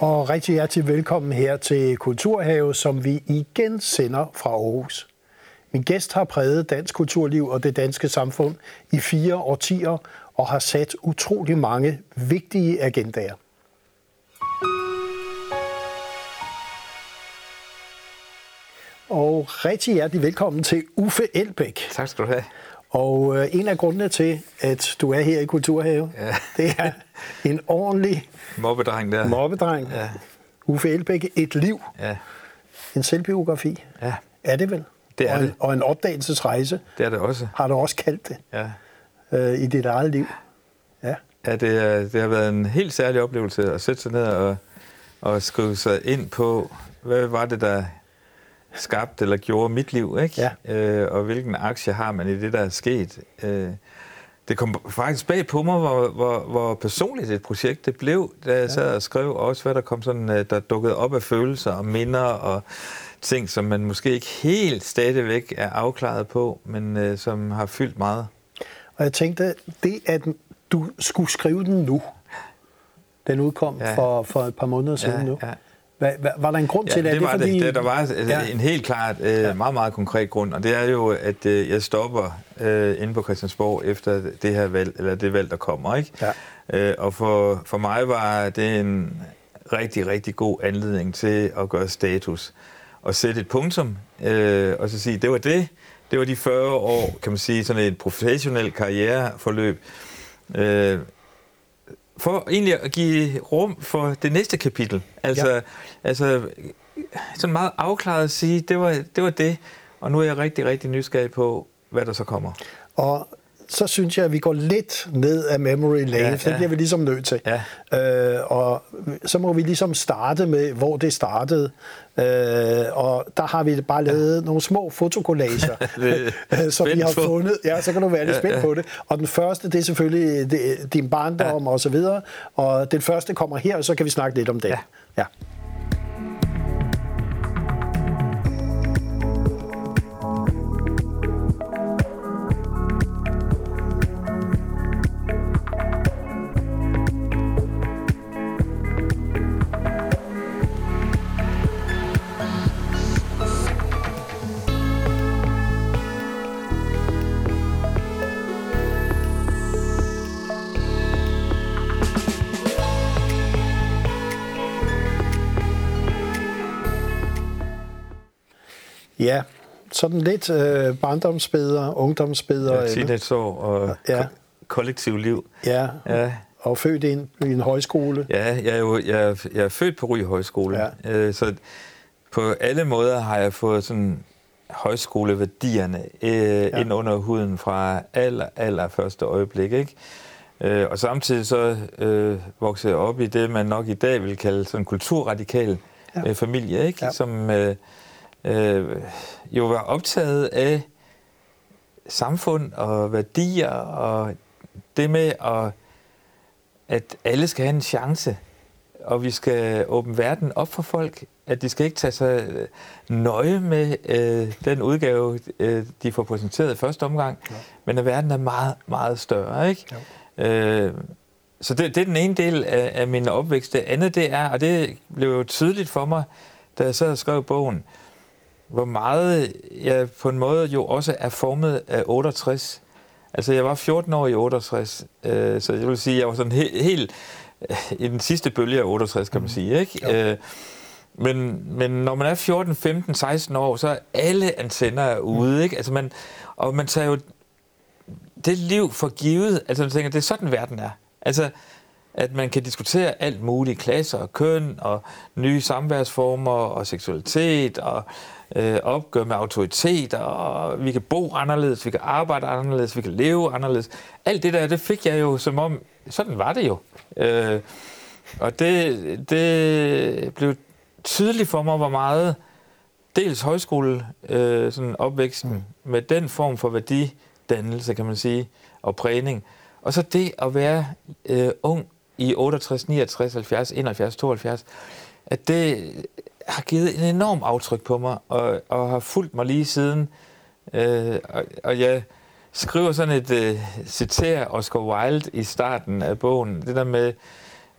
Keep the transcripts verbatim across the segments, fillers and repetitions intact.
Og rigtig hjertelig velkommen her til Kulturhave, som vi igen sender fra Aarhus. Min gæst har præget dansk kulturliv og det danske samfund i fire årtier og har sat utrolig mange vigtige agendaer. Og rigtig hjertelig velkommen til Uffe Elbæk. Tak skal du have. Og øh, en af grundene til, at du er her i Kulturhave, ja. det er en ordentlig mobbedreng der. Mobbedreng. Ja. Uffe Elbæk, et liv. Ja. En selvbiografi. Ja. Er det vel? Det er og, en, det. og en opdagelsesrejse. Det er det også. Har du også kaldt det. Ja. Øh, I dit eget liv. Ja. Ja, det, er, det har været en helt særlig oplevelse at sætte sig ned og, og skrive sig ind på, hvad var det, der skabte eller gjorde mit liv, ikke? Ja. Øh, og hvilken aktie har man i det, der er sket. Øh, det kom faktisk bag på mig, hvor, hvor, hvor personligt et projekt det blev, da jeg ja. sad og skrev, og også hvad der kom sådan, der dukkede op af følelser og minder og ting, som man måske ikke helt stadigvæk er afklaret på, men øh, som har fyldt meget. Og jeg tænkte, det at du skulle skrive den nu, den udkom ja. for, for et par måneder siden ja, nu. Ja. Var, var der en grund ja, til det? det? Det var fordi... det. Der var ja. en helt klart, øh, ja. meget, meget konkret grund, og det er jo, at øh, jeg stopper øh, inde på Christiansborg efter det her valg, eller det valg, der kommer, ikke? Ja. Øh, og for, for mig var det en rigtig, rigtig god anledning til at gøre status og sætte et punktum, øh, og så sige, det var det. Det var de fyrre år, kan man sige, sådan et professionelt karriereforløb, øh, for egentlig at give rum for det næste kapitel. Altså, ja. altså sådan meget afklaret at sige, det var, det var det, og nu er jeg rigtig, rigtig nysgerrig på, hvad der så kommer. Og så synes jeg, at vi går lidt ned af memory lane, ja, for det ja. bliver vi ligesom nødt til. Ja. Øh, og så må vi ligesom starte med, hvor det startede. Øh, og der har vi bare lavet ja. nogle små fotokollager, som vi har fundet. Ja, så kan du være lidt spændt ja, ja. på det. Og den første, det er selvfølgelig det, din barndom ja. og så videre. Og den første kommer her, og så kan vi snakke lidt om det. Ja. Ja. Ja, sådan lidt øh, barndomsbilleder, ungdomsbilleder. Ja, teenageår og ja. ko- kollektiv liv. Ja, ja. Og født ind i en højskole. Ja, jeg er jo jeg er, jeg er født på Ry Højskole, ja. øh, så på alle måder har jeg fået sådan højskoleværdierne øh, ja. ind under huden fra aller, aller første øjeblik, ikke? Øh, og samtidig så øh, voksede jeg op i det, man nok i dag vil kalde sådan en kulturradikal ja. øh, familie, ikke? Ja. Som øh, øh, jo var optaget af samfund og værdier og det med, at, at alle skal have en chance, og vi skal åbne verden op for folk, at de skal ikke tage sig nøje med øh, den udgave, øh, de får præsenteret i første omgang, ja. men at verden er meget, meget større, ikke? Øh, så det, det er den ene del af, af min opvækst. Det andet, det er, og det blev jo tydeligt for mig, da jeg sad og skrev bogen, hvor meget jeg på en måde jo også er formet af otteogtres. Altså, jeg var fjorten år i otteogtres, øh, så jeg vil sige, jeg var sådan helt, helt øh, i den sidste bølge af otteogtres, kan man sige, ikke? Ja. Øh, men, men når man er fjorten, femten, seksten år, så er alle antenner ude, ikke? Altså, man, og man tager jo det liv for givet, altså man tænker, det er sådan verden er. Altså, at man kan diskutere alt muligt, klasser og køn, og nye samværsformer, og seksualitet, og øh, opgør med autoritet, og vi kan bo anderledes, vi kan arbejde anderledes, vi kan leve anderledes. Alt det der, det fik jeg jo som om, sådan var det jo. Øh, og det, det blev tydeligt for mig, hvor meget dels højskole, øh, sådan opvæksten, mm. med den form for værdidannelse, kan man sige, og prægning. Og så det at være øh, ung i otteogtres, niogtres, halvfjerds, enoghalvfjerds, tooghalvfjerds, at det har givet en enorm aftryk på mig, og, og har fulgt mig lige siden. Øh, og, og jeg skriver sådan et øh, citerer Oscar Wilde i starten af bogen, det der med,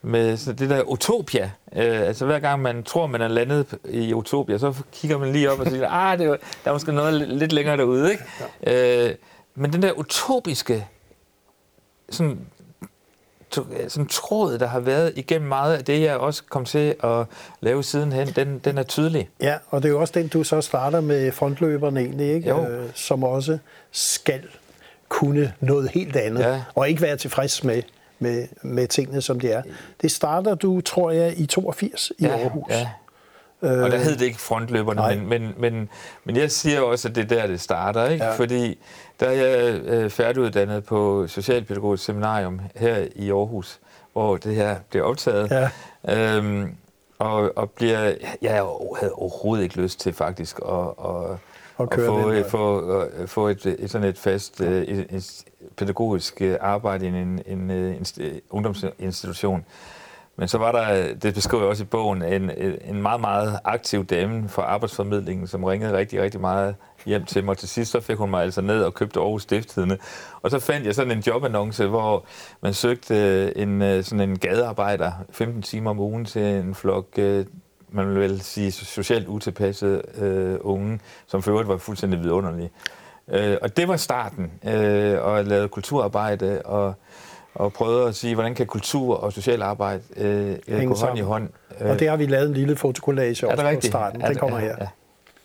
med så det der utopia. Øh, altså hver gang man tror, man er landet i utopia, så kigger man lige op og siger, ah, det er, der er måske noget lidt længere derude, ikke? Ja. Øh, men den der utopiske sådan, to, sådan tråd, der har været igennem meget af det, jeg også kom til at lave sidenhen, den, den er tydelig. Ja, og det er jo også den, du så starter med frontløberne egentlig, ikke? Øh, som også skal kunne noget helt andet, ja. Og ikke være tilfreds med, med, med tingene, som det er. Det starter du, tror jeg, i toogfirs i ja, Aarhus. Ja. Og der hed det ikke frontløberne, men, men, men, men jeg siger også, at det er der, det starter, ikke? Ja. Fordi der er jeg øh, færdiguddannet på Socialpædagogisk Seminarium her i Aarhus, hvor det her bliver optaget. Ja. Øhm, og, og bliver, jeg havde overhovedet ikke lyst til faktisk at, at, at få, at få, at få et, et, sådan et fast ja. et, et pædagogisk arbejde i en, en, en, en ungdomsinstitution. Men så var der, det beskriver jeg også i bogen, en, en meget, meget aktiv dame fra arbejdsformidlingen, som ringede rigtig, rigtig meget hjem til mig. Til sidst så fik hun mig altså ned og købte Aarhus Stiftstidende. Og så fandt jeg sådan en jobannonce, hvor man søgte en, sådan en gadearbejder femten timer om ugen til en flok, man vil vel sige, socialt utilpassede øh, unge, som for øvrigt var fuldstændig vidunderlige. Øh, og det var starten, øh, og jeg lavede kulturarbejde, og og prøvede at sige, hvordan kan kultur og social arbejde øh, gå hånd i hånd. Og det har vi lavet en lille fotokollage også på starten. Den kommer her. Ja.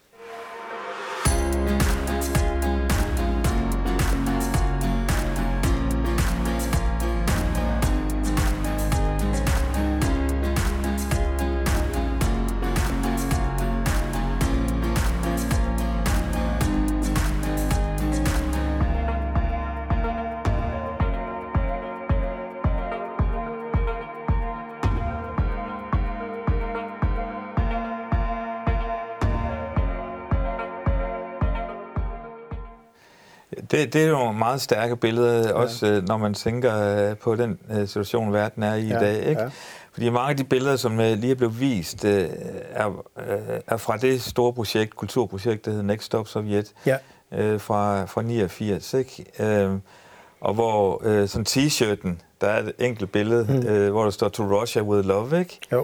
Det, det er jo meget stærke billeder, ja. Også når man tænker på den situation, verden er i ja, i dag. Ikke? Ja. Fordi mange af de billeder, som lige er blevet vist, er, er fra det store projekt, kulturprojekt, der hedder Next Stop Sovjet, ja. fra, fra niogfirs. Ikke? Og hvor sådan t-shirten, der er et enkelt billede, mm. hvor der står To Russia with Love, ikke? Jo.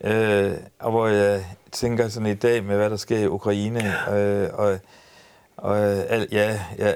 Og hvor jeg tænker sådan i dag med, hvad der sker i Ukraine, og Og ja, ja,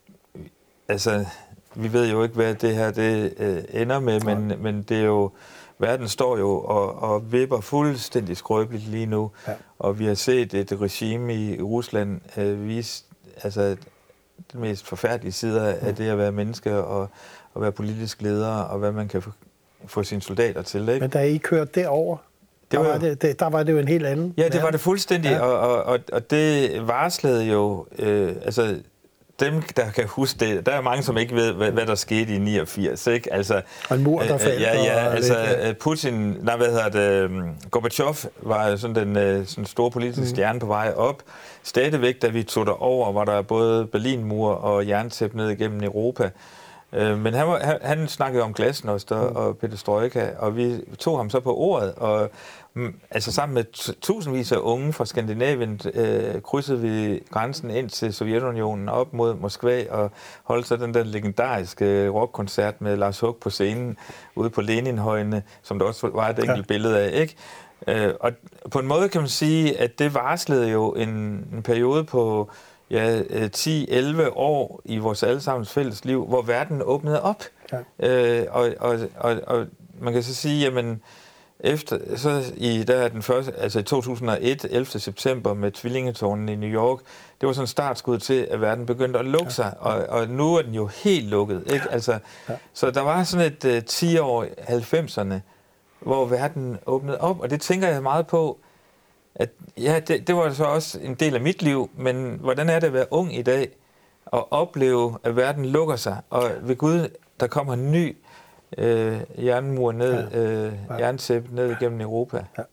altså, vi ved jo ikke, hvad det her det øh, ender med, men, men det er jo, verden står jo og, og vipper fuldstændig skrøbeligt lige nu, ja. Og vi har set et regime i Rusland øh, vise, altså, de mest forfærdelige sider af mm. det at være menneske og, og være politisk leder, og hvad man kan få, få sine soldater til, ikke? Men da I kørte derover, Der var, det, det, der var det jo en helt anden. Ja, det var det fuldstændig, ja. og, og, og det varslede jo, øh, altså dem, der kan huske det, der er mange, som ikke ved, hvad, hvad der skete i niogfirs, ikke? Altså, og en mur, der faldt. Ja, ja, altså lidt, Putin, nej, hvad hedder det, Gorbachev var sådan den sådan store politiske mm. stjerne på vej op. Stadigvæk, da vi tog derover, var der både Berlinmur og jerntæppe ned igennem Europa. Men han, var, han, han snakkede om glasnost og, mm. og perestrojka, og vi tog ham så på ordet, og altså sammen med tusindvis af unge fra Skandinavien øh, krydsede vi grænsen ind til Sovjetunionen op mod Moskva og holdt så den der legendariske rockkoncert med Lars Hug på scenen ude på Leninhøjene, som der også var et enkelt ja. billede af, ikke? Øh, og på en måde kan man sige, at det varslede jo en, en periode på ja, ti til elleve år i vores allesammens fælles liv, hvor verden åbnede op. Ja. Øh, og, og, og, og man kan så sige, jamen, efter, så i, der er den første, altså i to tusind og et, ellevte september med tvillingetårnen i New York, det var sådan en startskud til, at verden begyndte at lukke sig, og, og nu er den jo helt lukket, ikke? Altså, ja. Så der var sådan et uh, ti år halvfemserne, hvor verden åbnede op, og det tænker jeg meget på, at ja, det, det var så også en del af mit liv, men hvordan er det at være ung i dag, og opleve, at verden lukker sig, og ved Gud, der kommer en ny øh, jernmur ned, ja. øh, ja. jerntæppe ned igennem Europa. Ja.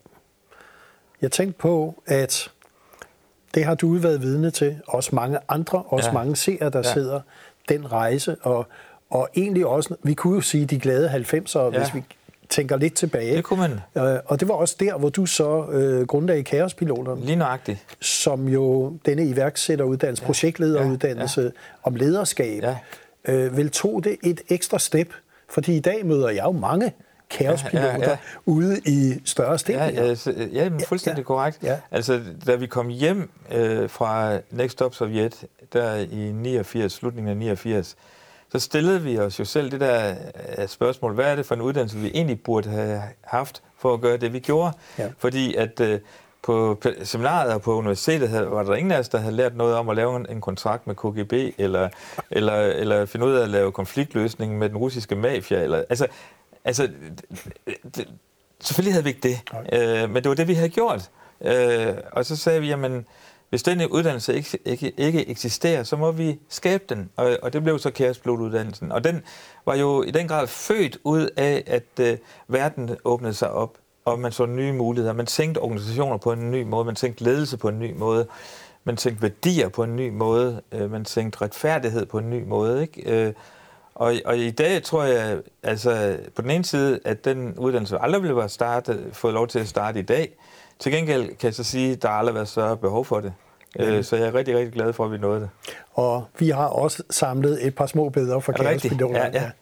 Jeg tænkte på, at det har du været vidne til, også mange andre, også ja. mange seere, der ja. sidder, den rejse, og, og egentlig også, vi kunne jo sige de glade halvfemsere, ja. hvis vi tænker lidt tilbage. Det kunne man. Øh, og det var også der, hvor du så øh, grundlagde Kaospiloterne. Lige nøjagtigt. Som jo denne iværksætteruddannelse, ja. projektlederuddannelse ja. Ja. om lederskab, ja. øh, vel tog det et ekstra step. Fordi i dag møder jeg jo mange kaospiloter ja, ja, ja. ude i større stillinger. Ja, ja, ja men fuldstændig ja, korrekt. Ja. Altså, da vi kom hjem øh, fra Next Stop Sovjet, der i niogfirs, slutningen af niogfirs, så stillede vi os jo selv det der spørgsmål, hvad er det for en uddannelse, vi egentlig burde have haft for at gøre det, vi gjorde? Ja. Fordi at øh, på seminariet og på universitetet var der ingen af os, der havde lært noget om at lave en kontrakt med K G B, eller, eller, eller finde ud af at lave konfliktløsning med den russiske mafia. Eller, altså, altså det, selvfølgelig havde vi ikke det, okay. øh, men det var det, vi havde gjort. Øh, og så sagde vi, jamen, hvis denne uddannelse ikke, ikke, ikke eksisterer, så må vi skabe den. Og, og det blev så Kærespilot-uddannelsen. Og den var jo i den grad født ud af, at øh, verden åbnede sig op, og man så nye muligheder. Man tænkte organisationer på en ny måde, man tænkte ledelse på en ny måde, man tænkte værdier på en ny måde, øh, man tænkte retfærdighed på en ny måde, ikke? Øh, og, og i dag tror jeg, altså på den ene side, at den uddannelse aldrig ville være startet, fået lov til at starte i dag. Til gengæld kan jeg så sige, at der aldrig har været større behov for det. Ja. Så jeg er rigtig, rigtig glad for, at vi nåede det. Og vi har også samlet et par små billeder fra Kærespilot. Ja, ja.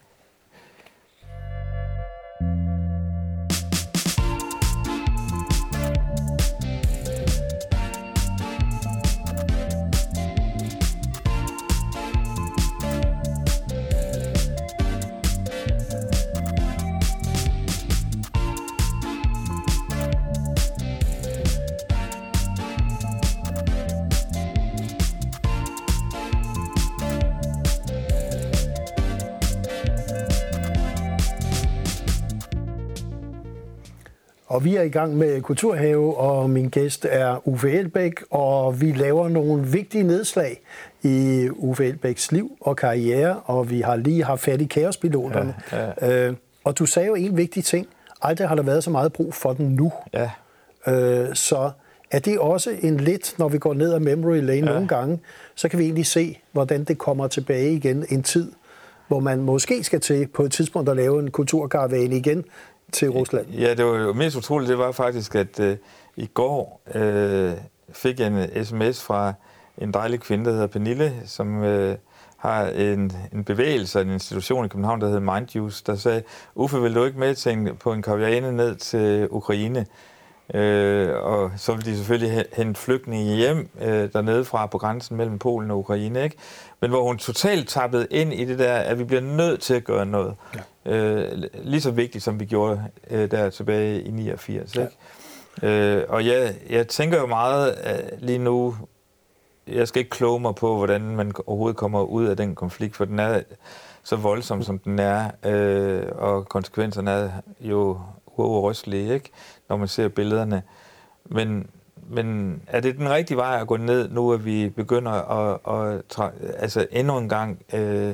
Og vi er i gang med Kulturhave, og min gæst er Uffe Elbæk, og vi laver nogle vigtige nedslag i Uffe Elbæks liv og karriere, og vi har lige haft fat i Kærespiloterne. Ja, ja. Øh, og du sagde jo en vigtig ting. Aldrig har der været så meget brug for den nu. Ja. Øh, så er det også en lidt, når vi går ned ad memory lane ja. nogle gange, så kan vi egentlig se, hvordan det kommer tilbage igen en tid, hvor man måske skal til på et tidspunkt at lave en kulturkaravane igen, til Rusland. Ja, det var jo mest utroligt, det var faktisk, at øh, i går øh, fik jeg en sms fra en dejlig kvinde, der hedder Pernille, som øh, har en, en bevægelse, en institution i København, der hedder Mindjuice, der sagde, Uffe, vil du ikke med til en, på en karavane ned til Ukraine? Øh, og så vil de selvfølgelig hente flygtninge hjem øh, dernede fra på grænsen mellem Polen og Ukraine, ikke? Men hvor hun totalt tappede ind i det der, at vi bliver nødt til at gøre noget. Ja. Øh, lige så vigtigt, som vi gjorde øh, der tilbage i niogfirs. Ikke? Ja. Øh, og jeg, jeg tænker jo meget uh, lige nu, jeg skal ikke kloge mig på, hvordan man overhovedet kommer ud af den konflikt, for den er så voldsom, som den er, øh, og konsekvenserne er jo uoverrystelige, ikke? Når man ser billederne. Men, men er det den rigtige vej at gå ned, nu at vi begynder at, at tra- altså endnu en gang øh,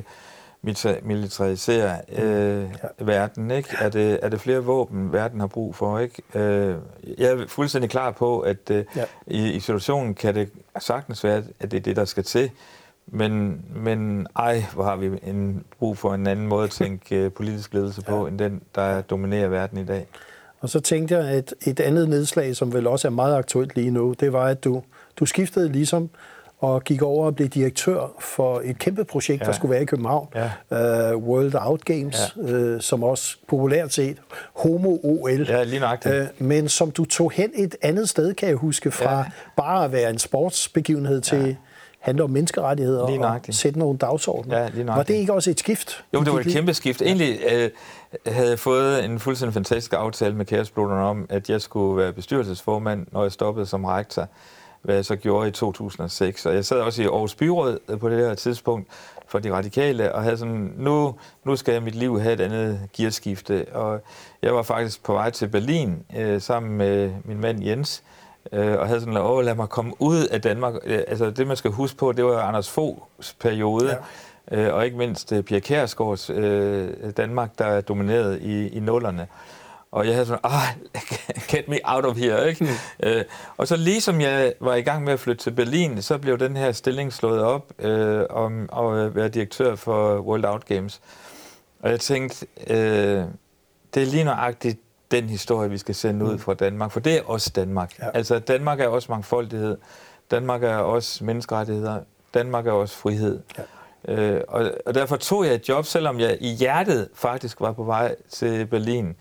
militarisere øh, ja. verden, ikke? Er det, er det flere våben, verden har brug for, ikke? Øh, jeg er fuldstændig klar på, at øh, ja. i, i situationen kan det sagtens være, at det er det, der skal til. Men, men ej, hvor har vi en brug for en anden måde at tænke politisk ledelse på, ja. end den, der dominerer verden i dag. Og så tænkte jeg, at et andet nedslag, som vel også er meget aktuelt lige nu, det var, at du, du skiftede ligesom og gik over og blev direktør for et kæmpe projekt, ja. der skulle være i København, ja. uh, World Out Games, ja. uh, som også populært set Homo-O L. Ja, lige nøjagtigt. Uh, men som du tog hen et andet sted, kan jeg huske, fra ja. bare at være en sportsbegivenhed til... Ja. handler om menneskerettigheder og sætte nogle dagsordner. Ja, var det ikke også et skift? Jo, det var et kæmpe skift. Egentlig øh, havde jeg fået en fuldstændig fantastisk aftale med Kærespiloterne om, at jeg skulle være bestyrelsesformand, når jeg stoppede som rektor, hvad jeg så gjorde i to tusind og seks. Og jeg sad også i Aarhus Byråd på det her tidspunkt for de radikale, og havde sådan, nu, nu skal jeg mit liv have et andet gearskifte. Og jeg var faktisk på vej til Berlin øh, sammen med min mand Jens, og havde sådan, åh, lad mig komme ud af Danmark. Altså, det man skal huske på, det var Anders Foghs periode, ja. og ikke mindst Pia Kjærsgaards Danmark, der dominerede i, i nullerne. Og jeg havde sådan, ah, get me out of here, ikke? Mm. Og så ligesom jeg var i gang med at flytte til Berlin, så blev den her stilling slået op øh, om at være direktør for World Out Games. Og jeg tænkte, øh, det er lige nøjagtigt den historie, vi skal sende ud fra Danmark, for det er også Danmark. Ja. Altså, Danmark er også mangfoldighed. Danmark er også menneskerettigheder. Danmark er også frihed. Ja. Øh, og, og derfor tog jeg et job, selvom jeg i hjertet faktisk var på vej til Berlin.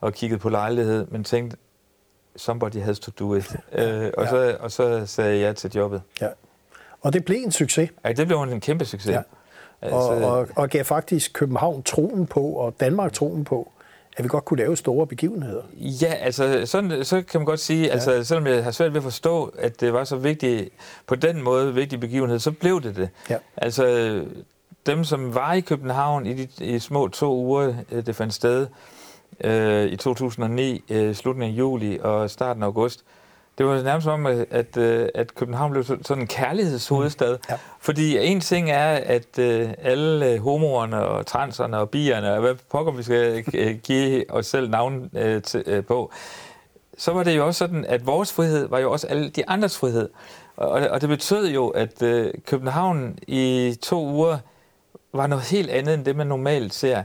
og kiggede på lejlighed, men tænkte, somebody has to do it. øh, og, ja. så, og så sagde jeg ja til jobbet. Ja. Og det blev en succes. Ja, det blev en kæmpe succes. Ja. Altså, og, og, og gav faktisk København troen på, og Danmark troen på, at vi godt kunne lave store begivenheder. Ja, altså sådan, så kan man godt sige, ja. altså selvom jeg har svært ved at forstå, at det var så vigtigt, på den måde vigtig begivenhed, så blev det det. Ja. Altså dem, som var i København i de i små to uger, det fandt sted øh, i to tusind og ni, øh, slutningen af juli og starten af august, det var nærmest som om, at, at København blev sådan en kærlighedshovedstad. Ja. Fordi en ting er, at alle homoerne og transerne og bierne, og hvad pokker vi skal give os selv navn på, så var det jo også sådan, at vores frihed var jo også alle de andres frihed. Og det betød jo, at København i to uger var noget helt andet, end det man normalt ser.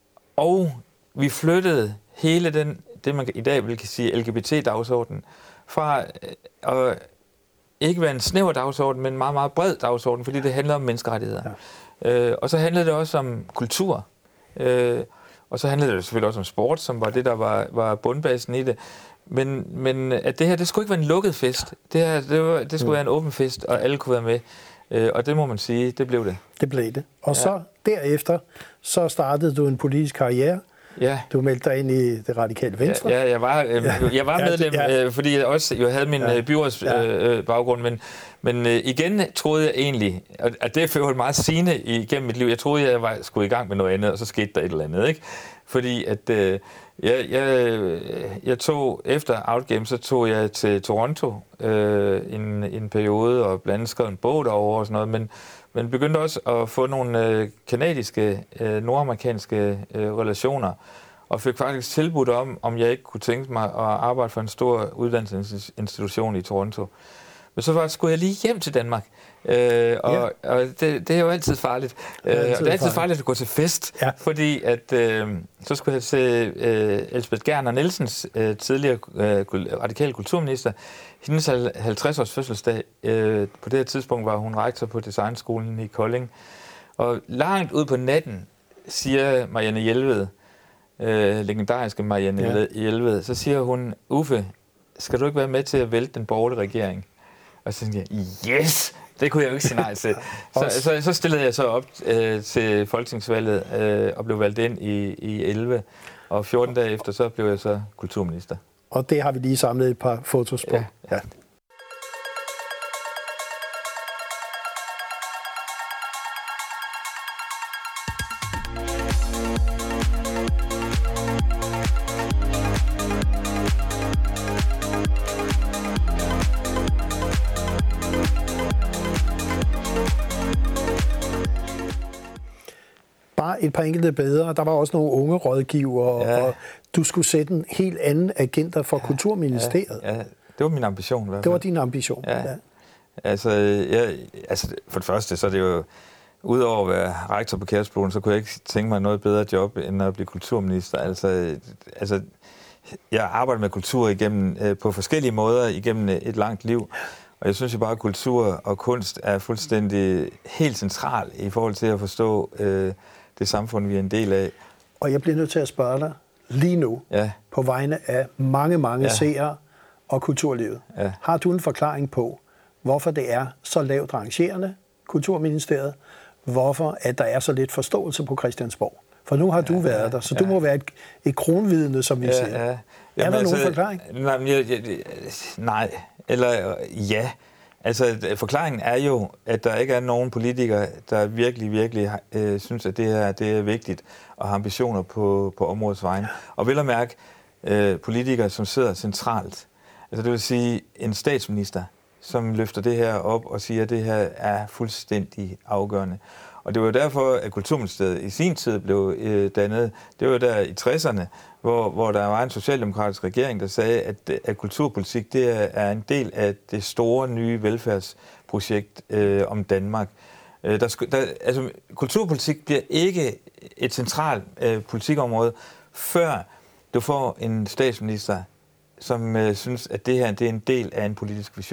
Og vi flyttede hele den, det man i dag vil sige L G B T-dagsordenen, fra at ikke være en snæver dagsorden, men en meget, meget bred dagsorden, fordi det handler om menneskerettigheder. Ja. Øh, og så handlede det også om kultur. Øh, og så handlede det selvfølgelig også om sport, som var det, der var, var bundbasen i det. Men, men at det her, det skulle ikke være en lukket fest. Det, her, det, var, det skulle være en åben fest, og alle kunne være med. Øh, og det må man sige, det blev det. Det blev det. Og ja. så derefter, så startede du en politisk karriere. Ja. Du meldte dig ind i det radikale Venstre. Ja, jeg var, øh, jeg var medlem, ja, øh, fordi jeg også jeg havde min ja. byrådsbaggrund, øh, men, men øh, igen troede jeg egentlig, at det førte meget sigende igennem mit liv, jeg troede, jeg var, skulle i gang med noget andet, og så skete der et eller andet, ikke? Fordi at øh, jeg, jeg, jeg tog, efter Outgame, så tog jeg til Toronto øh, en, en periode, og blandt andet skrev en bog derovre og sådan noget, men men begyndte også at få nogle øh, kanadiske, øh, nordamerikanske øh, relationer, og fik faktisk tilbudt om, om jeg ikke kunne tænke mig at arbejde for en stor uddannelsesinstitution i Toronto. Men så var, skulle jeg lige hjem til Danmark, øh, og, ja. og det, det er jo altid farligt. Det er altid, øh, og det er altid farligt at gå til fest, ja. fordi at, øh, så skulle jeg se øh, Elsebeth Gerner Nielsens øh, tidligere øh, radikale kulturminister, hendes halvtreds års fødselsdag. Øh, på det her tidspunkt var hun rektor på Designskolen i Kolding. Og langt ud på natten, siger Marianne Jelved, øh, legendariske Marianne ja. Jelved, så siger hun, Uffe, skal du ikke være med til at vælte den borgerlige regering? Og så tænkte jeg, yes! Det kunne jeg jo ikke sige nej til. Så, så, så stillede jeg så op øh, til folketingsvalget øh, og blev valgt ind i, i elleve. Og fjorten dage efter, så blev jeg så kulturminister. Og det har vi lige samlet et par fotos på. Ja. Ja. Bare et par enkelte bedre. Der var også nogle unge rådgivere, ja. og du skulle sætte en helt anden agenda for ja. Kulturministeriet. Ja. Ja, det var min ambition. I hvert fald. Det var din ambition, ja. ja. Altså, jeg, altså, for det første, så er det jo, udover at være rektor på Kærsbroen, så kunne jeg ikke tænke mig noget bedre job, end at blive kulturminister. Altså, altså jeg arbejder med kultur igennem, på forskellige måder igennem et langt liv. Og jeg synes jo bare, at kultur og kunst er fuldstændig helt central i forhold til at forstå øh, det samfund, vi er en del af. Og jeg bliver nødt til at spørge dig lige nu, ja. på vegne af mange, mange ja. seere og kulturlivet. Ja. Har du en forklaring på, hvorfor det er så lavt rangerende, Kulturministeriet, hvorfor at der er så lidt forståelse på Christiansborg? For nu har du ja, været der, så ja. du må være et, et kronvidne, som vi ja, siger. Ja. Jamen, er der altså, nogen forklaring? Nej, jeg, jeg, nej, eller ja. Altså, forklaringen er jo, at der ikke er nogen politikere, der virkelig, virkelig øh, synes, at det her det er vigtigt og har ambitioner på, på områdets vegne. Og vel at mærke øh, politikere, som sidder centralt. Altså, det vil sige en statsminister, som løfter det her op og siger, at det her er fuldstændig afgørende. Og det var derfor, at Kulturministeriet i sin tid blev øh, dannet. Det var der i tresserne, hvor, hvor der var en socialdemokratisk regering, der sagde, at, at kulturpolitik det er, er en del af det store nye velfærdsprojekt øh, om Danmark. Øh, der, der, altså, kulturpolitik bliver ikke et centralt øh, politikområde, før du får en statsminister, som øh, synes, at det her det er en del af en politisk vision.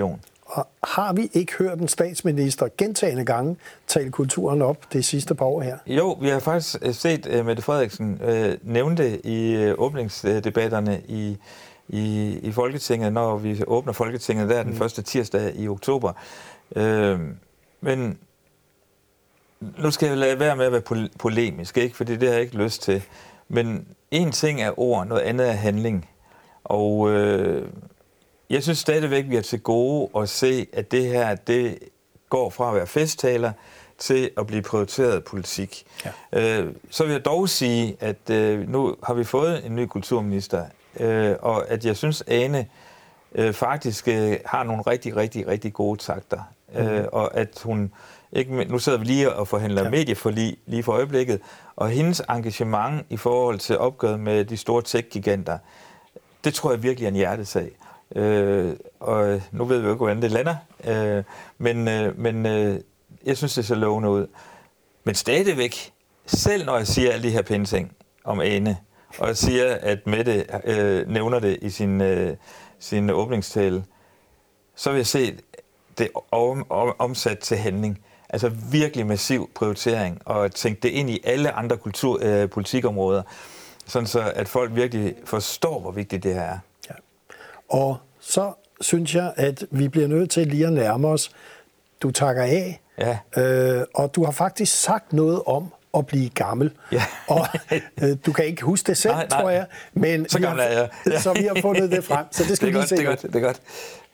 Og har vi ikke hørt en statsminister gentagne gange tale kulturen op det sidste par år her? Jo, vi har faktisk set uh, Mette Frederiksen uh, nævne det i uh, åbningsdebatterne i, i, i Folketinget, når vi åbner Folketinget der den mm. første tirsdag i oktober. Uh, men nu skal jeg lade være med at være polemisk, ikke? Fordi det har jeg ikke lyst til. Men en ting er ord, noget andet er handling. Og øh, jeg synes stadigvæk, vi er til gode at se, at det her, det går fra at være festtaler til at blive prioriteret politik. Ja. Øh, så vil jeg dog sige, at øh, nu har vi fået en ny kulturminister, øh, og at jeg synes, Ane øh, faktisk øh, har nogle rigtig, rigtig, rigtig gode takter. Mm-hmm. Øh, og at hun ikke, nu sidder vi lige og forhandler ja. medieforlig lige for øjeblikket, og hendes engagement i forhold til opgøret med de store tech-giganter, det tror jeg virkelig er en hjertesag. Øh, og nu ved vi jo ikke, hvordan det lander, øh, men, øh, men øh, jeg synes, det ser lovende ud. Men stadigvæk, selv når jeg siger alle de her pæne ting om Ane, og jeg siger, at Mette øh, nævner det i sin, øh, sin åbningstale, så vil jeg se det om, om, omsat til handling. Altså virkelig massiv prioritering, og tænke det ind i alle andre kultur, øh, politikområder, sådan så at folk virkelig forstår, hvor vigtigt det her er. Ja. Og så synes jeg, at vi bliver nødt til lige at nærme os. Du takker af, ja. øh, og du har faktisk sagt noget om at blive gammel. Ja. Og øh, du kan ikke huske det selv, nej, nej. tror jeg. Men så gammel er jeg. Ja. Så vi har fundet det frem. Så det skal det vi godt, se. Det er godt, det er godt.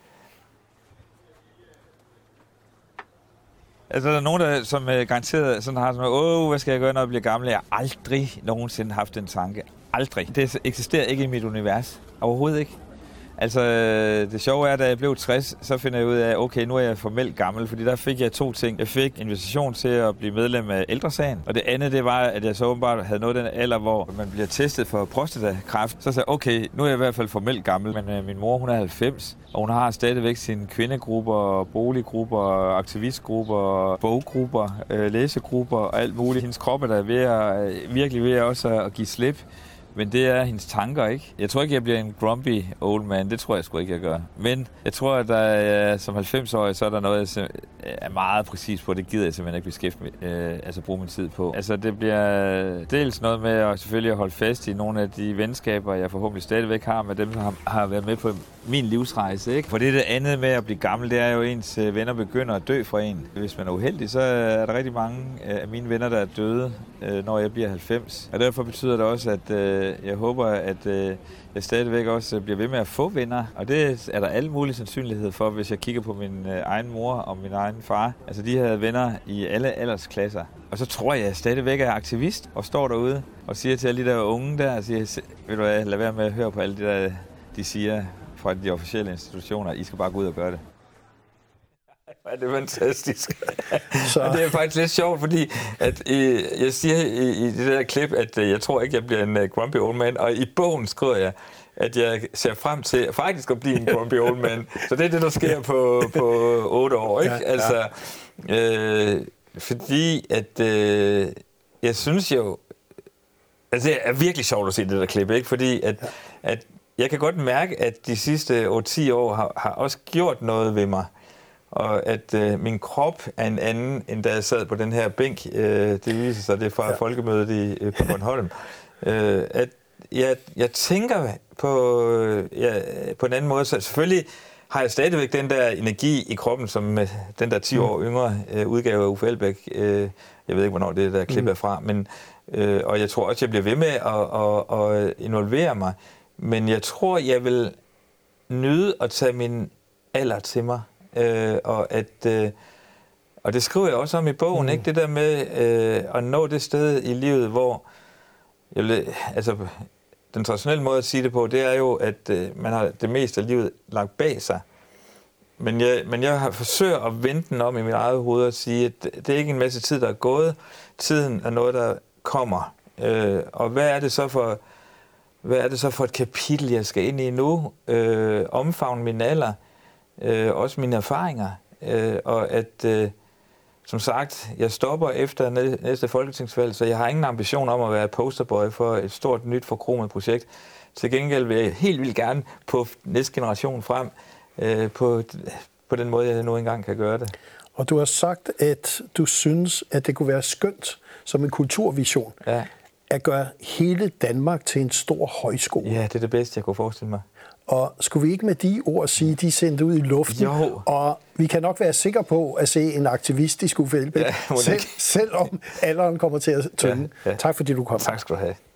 Altså, der er nogen, der som uh, garanteret sådan har sådan, åh, hvad skal jeg gøre, når jeg bliver gammel? Jeg har aldrig nogensinde haft den tanke. Aldrig. Det eksisterer ikke i mit univers. Overhovedet ikke. Altså, det sjove er, da jeg blev tres, så finder jeg ud af, okay, nu er jeg formelt gammel, fordi der fik jeg to ting. Jeg fik invitation til at blive medlem af Ældresagen, og det andet, det var, at jeg så åbenbart havde nået den alder, hvor man bliver testet for prostatakræft. Så sagde jeg, okay, nu er jeg i hvert fald formelt gammel, men uh, min mor, hun er halvfems, og hun har stadigvæk sine kvindegrupper, boliggrupper, aktivistgrupper, boggrupper, øh, læsegrupper og alt muligt. Hendes krop er der ved at, øh, virkelig ved også at give slip. Men det er hendes tanker, ikke? Jeg tror ikke, jeg bliver en grumpy old man. Det tror jeg sgu ikke, jeg gør. Men jeg tror, at der er, som halvfems-årig, så er der noget, jeg er meget præcis på. Det gider jeg simpelthen ikke beskæftige øh, altså bruge min tid på. Altså, det bliver dels noget med at selvfølgelig holde fast i nogle af de venskaber, jeg forhåbentlig stadigvæk har med dem, der har, har været med på min livsrejse, ikke? For det, det andet med at blive gammel, det er jo, ens venner begynder at dø fra en. Hvis man er uheldig, så er der rigtig mange af mine venner, der er døde, når jeg bliver halvfems. Og derfor betyder det også, at øh, jeg håber, at øh, jeg stadigvæk også bliver ved med at få venner. Og det er der alle mulige sandsynlighed for, hvis jeg kigger på min øh, egen mor og min egen far. Altså, de havde venner i alle aldersklasser. Og så tror jeg, at jeg stadigvæk er aktivist og står derude og siger til alle de der unge der, og siger, ved du hvad, lad være med at høre på alle de der, de siger fra de officielle institutioner, I skal bare gå ud og gøre det. Ja, det er fantastisk. Så. Og det er faktisk lidt sjovt, fordi at, øh, jeg siger i, i det der klip, at øh, jeg tror ikke, jeg bliver en uh, grumpy old man, og i bogen skriver jeg, at jeg ser frem til faktisk at blive en grumpy old man. Så det er det, der sker på, på otte år, ikke? Ja, ja. Altså, øh, fordi at øh, jeg synes jo, altså det er virkelig sjovt at se det der klip, ikke? Fordi at, ja. at jeg kan godt mærke, at de sidste otte til ti år har, har også gjort noget ved mig. Og at øh, min krop er en anden, end da jeg sad på den her bænk. Øh, det viser sig, det er fra ja. folkemødet i, øh, på Bornholm. øh, at jeg, jeg tænker på, øh, ja, på en anden måde. Så selvfølgelig har jeg stadigvæk den der energi i kroppen, som øh, den der ti år yngre øh, udgave af Uffe Elbæk. Øh, jeg ved ikke, hvornår det der klip er fra. Men, øh, og jeg tror også, jeg bliver ved med at, at, at involvere mig. Men jeg tror, jeg vil nyde at tage min alder til mig. Øh, og at øh, og det skriver jeg også om i bogen, mm. ikke? Det der med øh, at nå det sted i livet, hvor jeg vil, altså den traditionelle måde at sige det på, det er jo, at øh, man har det meste af livet lagt bag sig. Men jeg, men jeg har forsøgt at vende den om i mit eget hoved og sige, at det er ikke en masse tid, der er gået. Tiden er noget, der kommer. Øh, og hvad er det så for hvad er det så for et kapitel, jeg skal ind i nu? Øh, omfavne min alder. Øh, også mine erfaringer, øh, og at, øh, som sagt, jeg stopper efter næste folketingsvalg, så jeg har ingen ambition om at være posterboy for et stort, nyt, forkromet projekt. Til gengæld vil jeg helt vildt gerne på næste generation frem, øh, på på den måde, jeg nu engang kan gøre det. Og du har sagt, at du synes, at det kunne være skønt som en kulturvision ja. at gøre hele Danmark til en stor højskole. Ja, det er det bedste, jeg kunne forestille mig. Og skulle vi ikke med de ord sige, de er sendt ud i luften? Jo. Og vi kan nok være sikre på at se en aktivistisk Uffe Elbæk, ja, selv, selvom alderen kommer til at tynge. Ja, ja. Tak fordi du kom. Tak skal du have.